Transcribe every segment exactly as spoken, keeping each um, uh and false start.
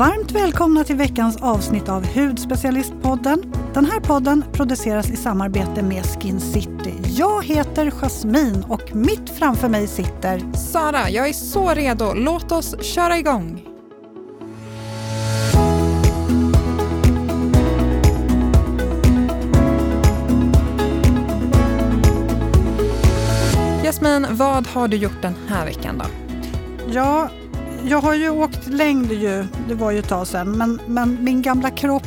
Varmt välkomna till veckans avsnitt av Hudspecialistpodden. Den här podden produceras i samarbete med Skin City. Jag heter Jasmine och mitt framför mig sitter Sara. Jag är så redo. Låt oss köra igång. Jasmine, vad har du gjort den här veckan då? Ja, jag har ju åkt längd ju, det var ju ett tag sedan, men, men min gamla kropp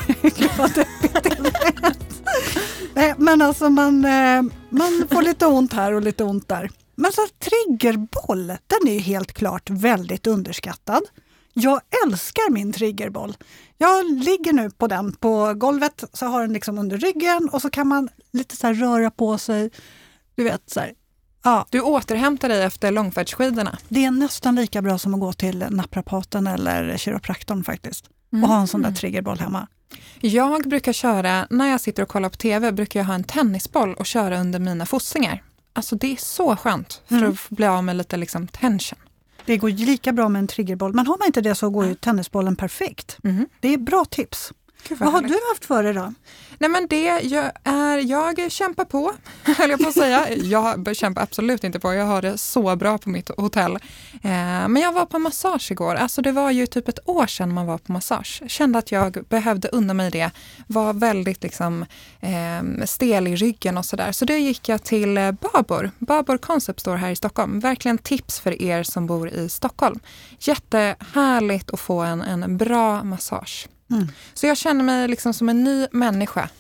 men alltså man, man får lite ont här och lite ont där. Men så triggerboll, den är ju helt klart väldigt underskattad. Jag älskar min triggerboll. Jag ligger nu på den på golvet, så har den liksom under ryggen och så kan man lite så här röra på sig, du vet så här. Ja. Du återhämtar dig efter långfärdsskidorna. Det är nästan lika bra som att gå till naprapaten eller kiropraktorn faktiskt. Mm. Och ha en sån där triggerboll hemma. Jag brukar köra, när jag sitter och kollar på tv, brukar jag ha en tennisboll och köra under mina fossingar. Alltså det är så skönt för mm. att bli av med lite liksom tension. Det går lika bra med en triggerboll. Men har man inte det så går ju tennisbollen perfekt. Mm. Det är bra tips. Gud, vad, vad har du haft för dig då? Nej men det jag är, jag kämpar på, höll jag på att säga. Jag kämpar absolut inte på, jag har det så bra på mitt hotell. Eh, men jag var på massage igår, alltså det var ju typ ett år sedan man var på massage. Kände att jag behövde unna mig det, var väldigt liksom eh, stel i ryggen och sådär. Så då gick jag till Babor, Babor Concept Store här i Stockholm. Verkligen tips för er som bor i Stockholm. Jättehärligt att få en, en bra massage. Mm. Så jag känner mig liksom som en ny människa.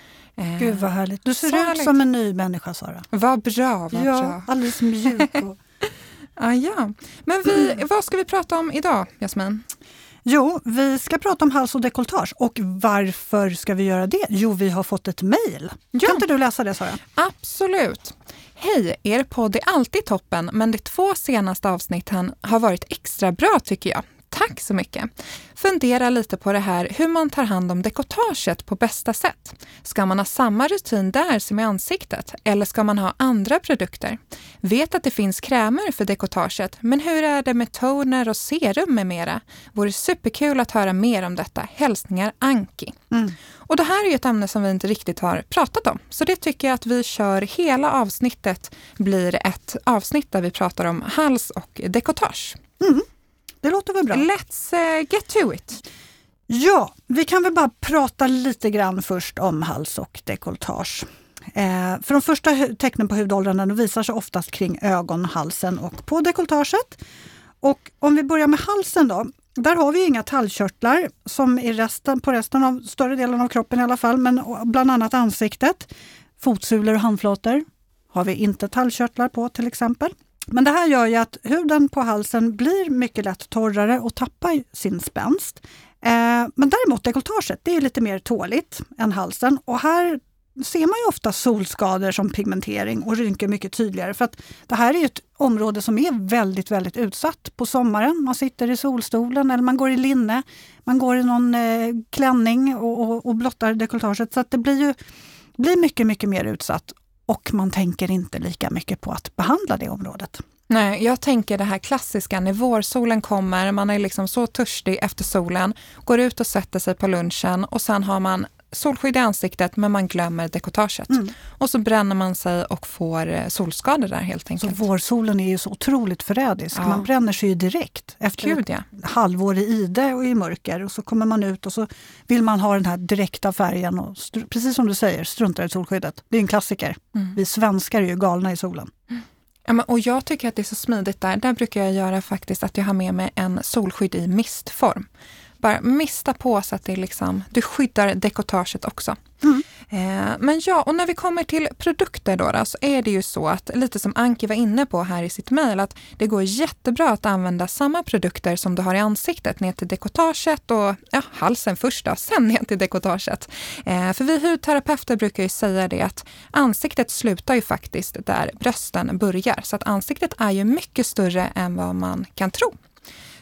Gud vad härligt. Du ser ut härligt. Som en ny människa, Sara. Vad bra, vad ja, bra. Alldeles mjuk. Och... ah, ja. Men vi, mm. vad ska vi prata om idag, Jasmine? Jo, vi ska prata om hals och dekolletage. Och varför ska vi göra det? Jo, vi har fått ett mejl. Ja. Kan inte du läsa det, Sara? Absolut. Hej, er podd är alltid toppen, men de två senaste avsnitten har varit extra bra tycker jag. Tack så mycket. Fundera lite på det här hur man tar hand om dekolletaget på bästa sätt. Ska man ha samma rutin där som i ansiktet eller ska man ha andra produkter? Vet att det finns krämer för dekolletaget, men hur är det med toner och serum med mera? Vore superkul att höra mer om detta. Hälsningar Anki. Mm. Och det här är ju ett ämne som vi inte riktigt har pratat om. Så det tycker jag att vi kör hela avsnittet blir ett avsnitt där vi pratar om hals och dekolletage. Mm. Det låter väl bra. Let's uh, get to it. Ja, vi kan väl bara prata lite grann först om hals och dekolletage. Eh, för de första tecknen på hudåldern visar sig oftast kring ögon, halsen och på dekolletaget. Och om vi börjar med halsen då, där har vi inga tallkörtlar som i resten, på resten av större delen av kroppen i alla fall, men bland annat ansiktet, fotsulor och handflator har vi inte tallkörtlar på till exempel. Men det här gör ju att huden på halsen blir mycket lätt torrare och tappar sin spänst. Eh, men däremot dekolletaget, det är lite mer tåligt än halsen. Och här ser man ju ofta solskador som pigmentering och rynkor mycket tydligare. För att det här är ju ett område som är väldigt, väldigt utsatt på sommaren. Man sitter i solstolen eller man går i linne. Man går i någon eh, klänning och, och, och blottar dekolletaget. Så att det blir ju blir mycket, mycket mer utsatt. Och man tänker inte lika mycket på att behandla det området. Nej, jag tänker det här klassiska när vårsolen kommer, man är liksom så törstig efter solen, går ut och sätter sig på lunchen och sen har man solskydd i ansiktet men man glömmer dekolletaget. Mm. Och så bränner man sig och får solskador där helt enkelt. Så vårsolen är ju så otroligt förrädisk. Ja. Man bränner sig ju direkt efter Gud, ja. ett halvår i ide och i mörker. Och så kommer man ut och så vill man ha den här direkta färgen. Och str- precis som du säger, struntar i solskyddet. Det är en klassiker. Mm. Vi svenskar är ju galna i solen. Mm. Ja, men, och jag tycker att det är så smidigt där. Där brukar jag göra faktiskt att jag har med mig en solskydd i mistform. Bara mista på så att det liksom, du skyddar dekolletaget också. Mm. Eh, men ja, och när vi kommer till produkter då, då så är det ju så att, lite som Anki var inne på här i sitt mejl, att det går jättebra att använda samma produkter som du har i ansiktet ner till dekolletaget och ja, halsen först då, sen ner till dekolletaget. Eh, för vi hudterapeuter brukar ju säga det att ansiktet slutar ju faktiskt där brösten börjar. Så att ansiktet är ju mycket större än vad man kan tro.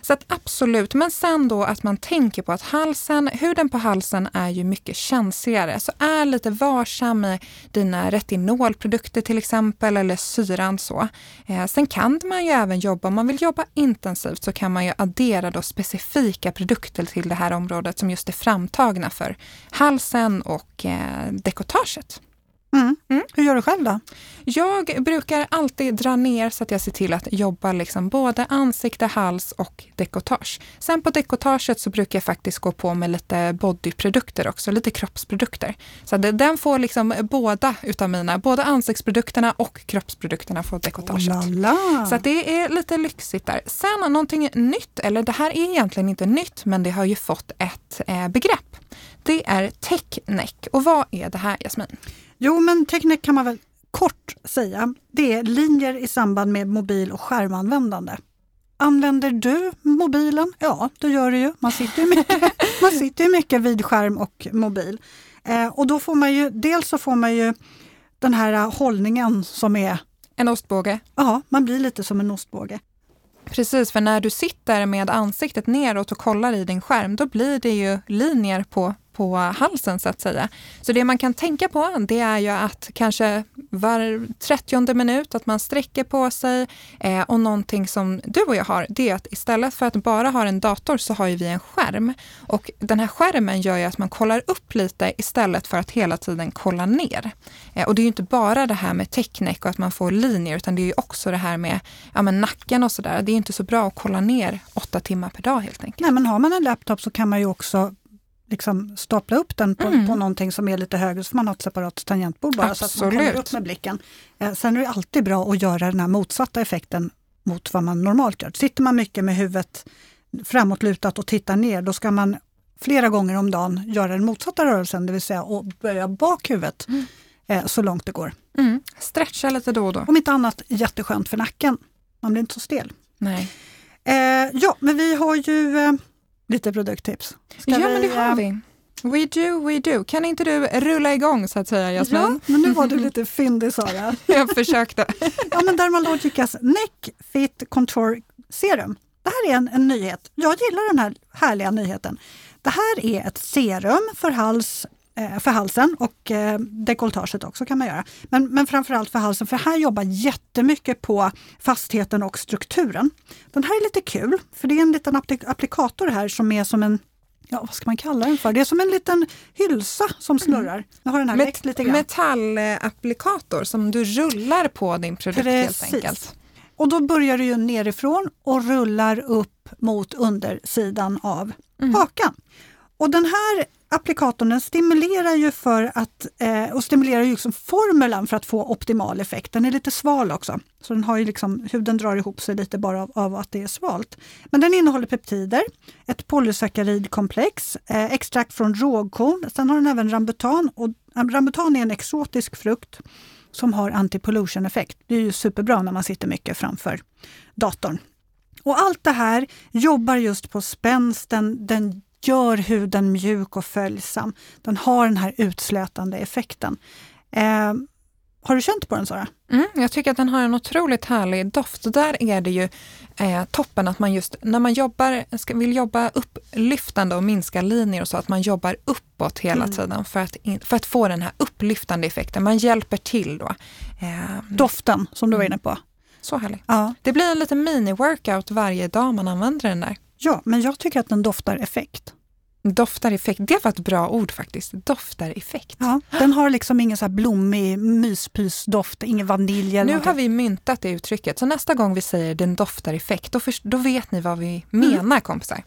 Så att absolut, men sen då att man tänker på att halsen, huden på halsen är ju mycket känsligare. Så är lite varsam med dina retinolprodukter till exempel eller syran så. Eh, sen kan man ju även jobba, om man vill jobba intensivt så kan man ju addera då specifika produkter till det här området som just är framtagna för halsen och eh, dekotaget. Mm. Mm. Hur gör du själv då? Jag brukar alltid dra ner så att jag ser till att jobba liksom både ansikte, hals och dekotage. Sen på dekotaget så brukar jag faktiskt gå på med lite bodyprodukter också, lite kroppsprodukter. Så det, den får liksom båda utav mina, både ansiktsprodukterna och kroppsprodukterna får dekotaget. Lala. Så att det är lite lyxigt där. Sen någonting nytt, eller det här är egentligen inte nytt men det har ju fått ett eh, begrepp. Det är tech neck. Och vad är det här, Jasmin? Jo, men teknik kan man väl kort säga. Det är linjer i samband med mobil- och skärmanvändande. Använder du mobilen? Ja, det gör du ju. Man sitter ju mycket, man sitter ju mycket vid skärm och mobil. Eh, och då får man ju, dels så får man ju den här hållningen som är... En ostbåge. Ja, man blir lite som en ostbåge. Precis, för när du sitter med ansiktet neråt och kollar i din skärm, då blir det ju linjer på på halsen så att säga. Så det man kan tänka på det är ju att kanske var trettionde minut att man sträcker på sig eh, och någonting som du och jag har det är att istället för att bara ha en dator så har ju vi en skärm och den här skärmen gör ju att man kollar upp lite istället för att hela tiden kolla ner. Eh, och det är ju inte bara det här med teknik och att man får linjer utan det är ju också det här med, ja, med nacken och sådär. Det är inte så bra att kolla ner åtta timmar per dag helt enkelt. Nej, men har man en laptop så kan man ju också liksom stapla upp den på, mm. på någonting som är lite högre så får man ha ett separat tangentbord bara. Absolut. Så att man kommer upp med blicken. Eh, sen är det alltid bra att göra den här motsatta effekten mot vad man normalt gör. Sitter man mycket med huvudet framåtlutat och tittar ner, då ska man flera gånger om dagen göra den motsatta rörelsen, det vill säga att böja bak huvudet mm. eh, så långt det går. Mm. Stretcha lite då och då. Om inte annat jätteskönt för nacken. Man blir inte så stel. Nej. Eh, ja, men vi har ju... Eh, Lite produkttips. Ska ja, vi, men det har vi. We do, we do. Kan inte du rulla igång så att säga, Jasmin? Ja, men nu var du lite fyndig, Sara. Jag försökte. Ja, men Dermalogicas Neck Fit Contour Serum. Det här är en, en nyhet. Jag gillar den här härliga nyheten. Det här är ett serum för hals, eh, för halsen och eh, dekolletaget också kan man göra. Men, men framförallt för halsen, för här jobbar jättemycket på fastheten och strukturen. Den här är lite kul, för det är en liten applikator här som är som en, ja, vad ska man kalla den för? Det är som en liten hylsa som snurrar. Jag har den här Met- läckt lite grann. Metallapplikator som du rullar på din produkt. Precis. Helt enkelt. Och då börjar du ju nerifrån och rullar upp mot undersidan av mm. hakan. Och den här applikatorn den stimulerar ju för att eh, och stimulerar ju liksom formulan för att få optimal effekt. Den är lite sval också. Så den har ju liksom, huden drar ihop sig lite bara av, av att det är svalt. Men den innehåller peptider, ett polysackaridkomplex, eh, extrakt från rågkorn. Sen har den även rambutan och rambutan är en exotisk frukt som har anti-pollution-effekt. Det är ju superbra när man sitter mycket framför datorn. Och allt det här jobbar just på spänsten, den gör huden mjuk och följsam. Den har den här utslätande effekten. Eh, har du känt på den, Sara? Mm, jag tycker att den har en otroligt härlig doft. Där är det ju eh, toppen att man just, när man jobbar, ska, vill jobba upplyftande och minska linjer och så, att man jobbar uppåt hela mm. tiden för att, in, för att få den här upplyftande effekten. Man hjälper till då. Eh, Doften som du var inne på. Så härligt. Ja. Det blir en liten mini-workout varje dag man använder den där. Ja, men jag tycker att den doftar effekt. Doftar effekt, det var ett bra ord faktiskt. Doftar effekt. Ja, den har liksom ingen så här blommig myspysdoft, ingen vanilj. Nu har vi myntat det uttrycket, så nästa gång vi säger den doftar effekt, då, först, då vet ni vad vi menar, mm. kompisar.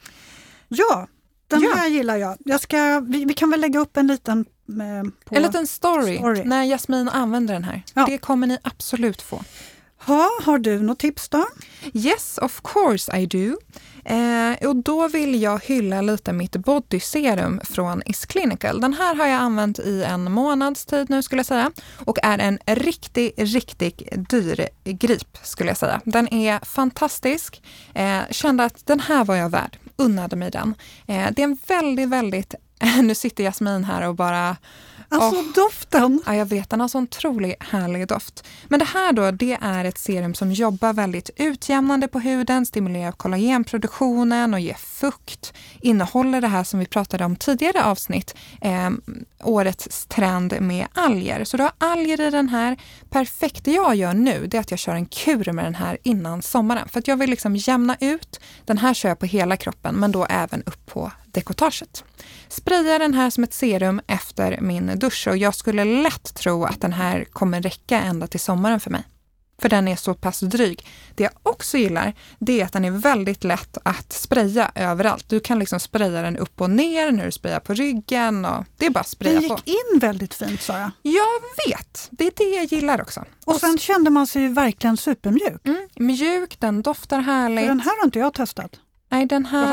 Ja, den ja. här gillar jag. jag ska, vi, vi kan väl lägga upp en liten... Eh, på en liten story, story när Jasmin använder den här. Ja. Det kommer ni absolut få. Ha, har du något tips då? Yes, of course I do. Eh, och då vill jag hylla lite mitt bodyserum från Is Clinical. Den här har jag använt i en månads tid nu skulle jag säga. Och är en riktigt, riktigt dyr grip skulle jag säga. Den är fantastisk. Eh, kände att den här var jag värd. Unnade mig den. Eh, det är en väldigt, väldigt... Nu sitter Jasmin här och bara... Alltså oh. doften. Ja, jag vet, den har så otroligt härlig doft. Men det här då, det är ett serum som jobbar väldigt utjämnande på huden, stimulerar kollagenproduktionen och ger fukt. Innehåller det här som vi pratade om tidigare avsnitt, eh, årets trend med alger. Så du har alger i den här. Perfekt, det jag gör nu, det är att jag kör en kur med den här innan sommaren. För att jag vill liksom jämna ut. Den här kör jag på hela kroppen, men då även upp på dekotaget. Sprayar den här som ett serum efter min dusch och jag skulle lätt tro att den här kommer räcka ända till sommaren för mig. För den är så pass dryg. Det jag också gillar, det är att den är väldigt lätt att spraya överallt. Du kan liksom spraya den upp och ner när du sprayar på ryggen och det är bara att spraya på. Det gick in väldigt fint, Sara. Jag vet, det är det jag gillar också. Och sen kände man sig ju verkligen supermjuk. Mm, mjuk, den doftar härligt. För den här har inte jag testat. Nej, den här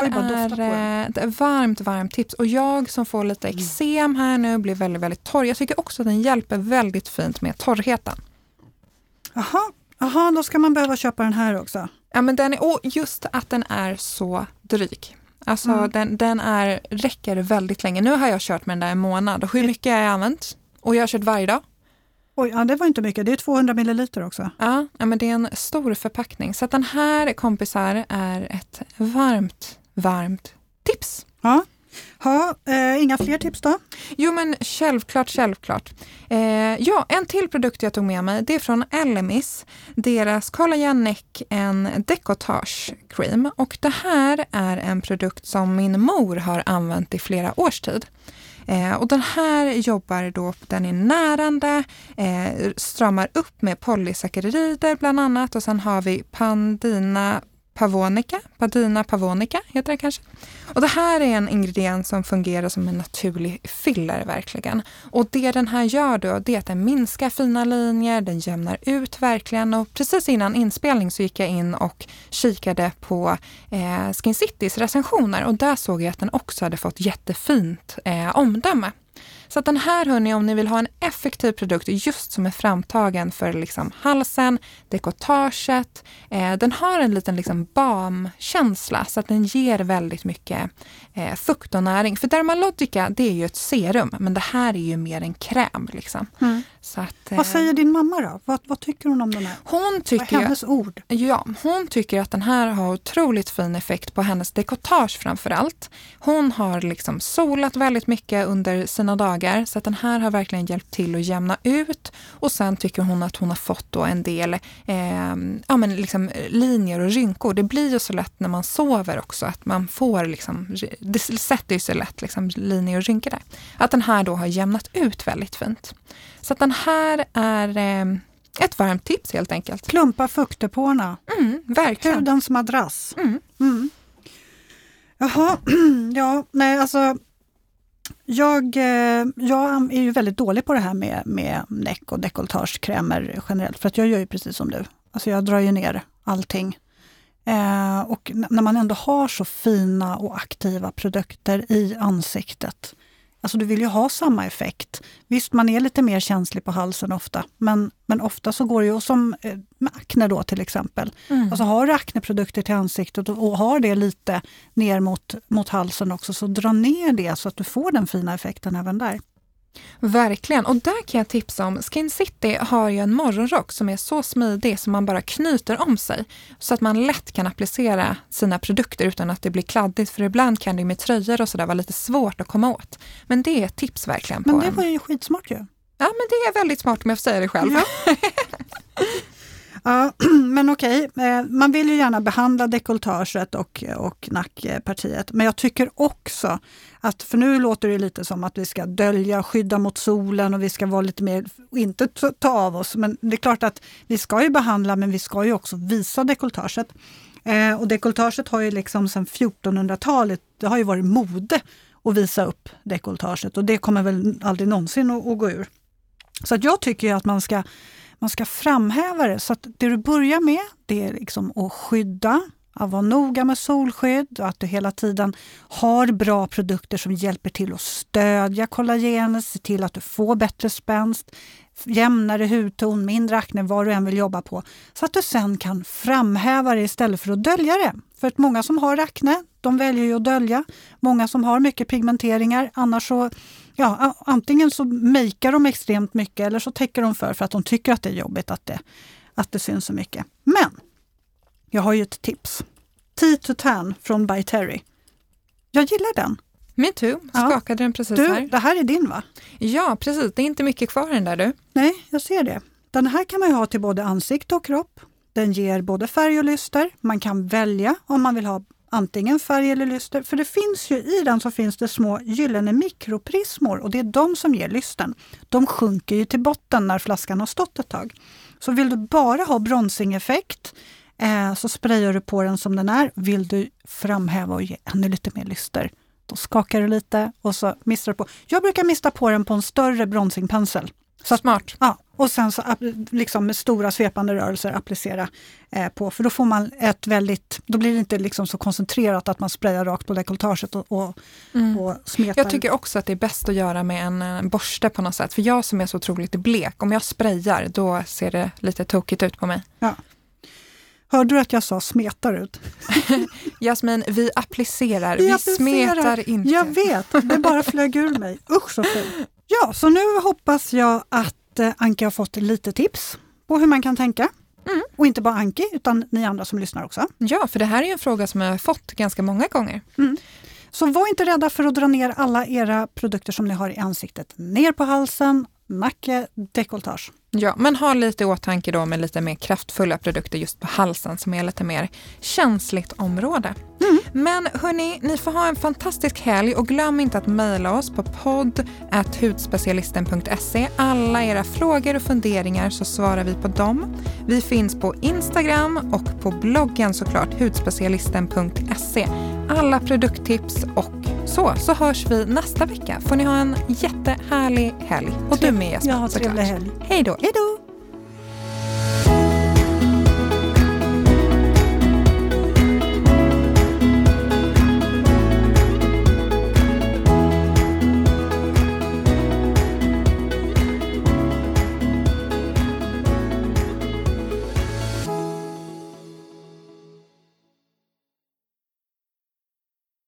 är ett varmt, varmt tips. Och jag som får lite eksem här nu blir väldigt, väldigt torr. Jag tycker också att den hjälper väldigt fint med torrheten. Jaha, Jaha, då ska man behöva köpa den här också. Ja, men den är, och just att den är så dryg. Alltså mm. den, den är, räcker väldigt länge. Nu har jag kört med den där en månad. Och hur mycket har jag använt? Och jag har kört varje dag. Oj, ja, det var inte mycket. Det är tvåhundra milliliter också. Ja, ja, men det är en stor förpackning. Så att den här, kompisar, är ett varmt, varmt tips. Ja, ha, eh, inga fler tips då? Jo, men självklart, självklart. Eh, ja, en till produkt jag tog med mig, det är från Elemis. Deras Collagen Neck en Decolletage Cream. Och det här är en produkt som min mor har använt i flera års tid. Eh, och den här jobbar då, den är närande, eh, stramar upp med polysackarider bland annat. Och sen har vi Pandina pavonica, Padina pavonica heter det kanske. Och det här är en ingrediens som fungerar som en naturlig filler verkligen. Och det den här gör då, det är att den minskar fina linjer, den jämnar ut verkligen. Och precis innan inspelning så gick jag in och kikade på eh, Skin Citys recensioner. Och där såg jag att den också hade fått jättefint eh, omdöme. Så att den här, hörni, om ni vill ha en effektiv produkt just som är framtagen för liksom halsen, dekotaget, eh, den har en liten liksom balmkänsla så att den ger väldigt mycket eh, fukt och näring. För Dermalogica, det är ju ett serum, men det här är ju mer en kräm liksom. Mm. Så att, eh, vad säger din mamma då? Vad, vad tycker hon om den här? Hon tycker, vad är hennes ord? Ja, hon tycker att den här har otroligt fin effekt på hennes dekotage framförallt. Hon har liksom solat väldigt mycket under sina dagar så att den här har verkligen hjälpt till att jämna ut. Och sen tycker hon att hon har fått då en del eh, ja, men liksom linjer och rynkor. Det blir ju så lätt när man sover också att man får liksom, det sätter ju så lätt liksom linjer och rynkor där. Att den här då har jämnat ut väldigt fint. Så att den här är eh, ett varmt tips helt enkelt. Klumpa fuktdepåerna. Mm, verkligen. Hudens madrass. Mm. Mm. Jaha, ja, nej alltså jag, jag är ju väldigt dålig på det här med, med näck- och dekolletagekrämer generellt. För att jag gör ju precis som du. Alltså jag drar ju ner allting. Eh, och när man ändå har så fina och aktiva produkter i ansiktet. Alltså du vill ju ha samma effekt. Visst, man är lite mer känslig på halsen ofta. Men, men ofta så går det ju, som med akne då till exempel. Mm. Alltså har du akneprodukter till ansiktet och, och har det lite ner mot, mot halsen också. Så dra ner det så att du får den fina effekten även där. Verkligen, och där kan jag tipsa om Skin City har ju en morgonrock som är så smidig som man bara knyter om sig så att man lätt kan applicera sina produkter utan att det blir kladdigt, för ibland kan det med tröjor och sådär vara lite svårt att komma åt. Men det är ett tips verkligen på. Men det var ju skitsmart ju. Ja, men det är väldigt smart om jag får säga det själv. Ja. Ja, men okej, man vill ju gärna behandla dekolletaget och, och nackpartiet. Men jag tycker också att, för nu låter det lite som att vi ska dölja, skydda mot solen och vi ska vara lite mer, inte ta av oss. Men det är klart att vi ska ju behandla, men vi ska ju också visa dekolletaget. Eh, och dekolletaget har ju liksom sedan fjortonhundratalet, det har ju varit mode att visa upp dekolletaget. Och det kommer väl aldrig någonsin att, att gå ur. Så att jag tycker ju att man ska Man ska framhäva det, så att det du börjar med, det är liksom att skydda, att vara noga med solskydd och att du hela tiden har bra produkter som hjälper till att stödja kollagenet, se till att du får bättre spänst, jämnare hudton, mindre akne, vad du än vill jobba på. Så att du sen kan framhäva det istället för att dölja det. För att många som har akne, de väljer ju att dölja. Många som har mycket pigmenteringar, annars så ja, antingen så makear de extremt mycket eller så täcker de för för att de tycker att det är jobbigt att det, att det syns så mycket. Men jag har ju ett tips. Tea to Tan från By Terry. Jag gillar den. Me too. Skakade ja. den precis du, här. Det här är din va? Ja, precis. Det är inte mycket kvar den där du. Nej, jag ser det. Den här kan man ju ha till både ansikte och kropp. Den ger både färg och lyster. Man kan välja om man vill ha antingen färg eller lyster. För det finns ju i den så finns det små gyllene mikroprismor och det är de som ger lysten. De sjunker ju till botten när flaskan har stått ett tag. Så vill du bara ha bronsing-effekt eh, så sprayar du på den som den är. Vill du framhäva och ge ännu lite mer lyster, då skakar du lite och så mistrar du på. Jag brukar mista på den på en större bronsingpensel. Så smart. Ja, och sen så liksom med stora svepande rörelser applicera eh, på. För då får man ett väldigt, då blir det inte liksom så koncentrerat att man sprayar rakt på dekolletaget och, och, mm. och smetar. Jag tycker också att det är bäst att göra med en, en borste på något sätt. För jag som är så otroligt blek, om jag sprayar då ser det lite tokigt ut på mig. Ja. Hörde du att jag sa smetar ut? Jasmin, vi applicerar, vi, vi applicerar. smetar inte. Jag vet, det bara flög ur mig. Usch så fint. Ja, så nu hoppas jag att eh, Anke har fått lite tips på hur man kan tänka. Mm. Och inte bara Anke, utan ni andra som lyssnar också. Ja, för det här är ju en fråga som jag har fått ganska många gånger. Mm. Så var inte rädda för att dra ner alla era produkter som ni har i ansiktet. Ner på halsen, nacke, dekolletage. Ja, men ha lite i åtanke då med lite mer kraftfulla produkter just på halsen som är lite mer känsligt område. Mm. Men hörni, ni får ha en fantastisk helg och glöm inte att mejla oss på podd at hudspecialisten punkt se. Alla era frågor och funderingar så svarar vi på dem. Vi finns på Instagram och på bloggen såklart hudspecialisten punkt se. Alla produkttips och så, så hörs vi nästa vecka. Får ni ha en jättehärlig helg. Och du med Jasmin, ja, trevlig helg. Hej då. Hej då.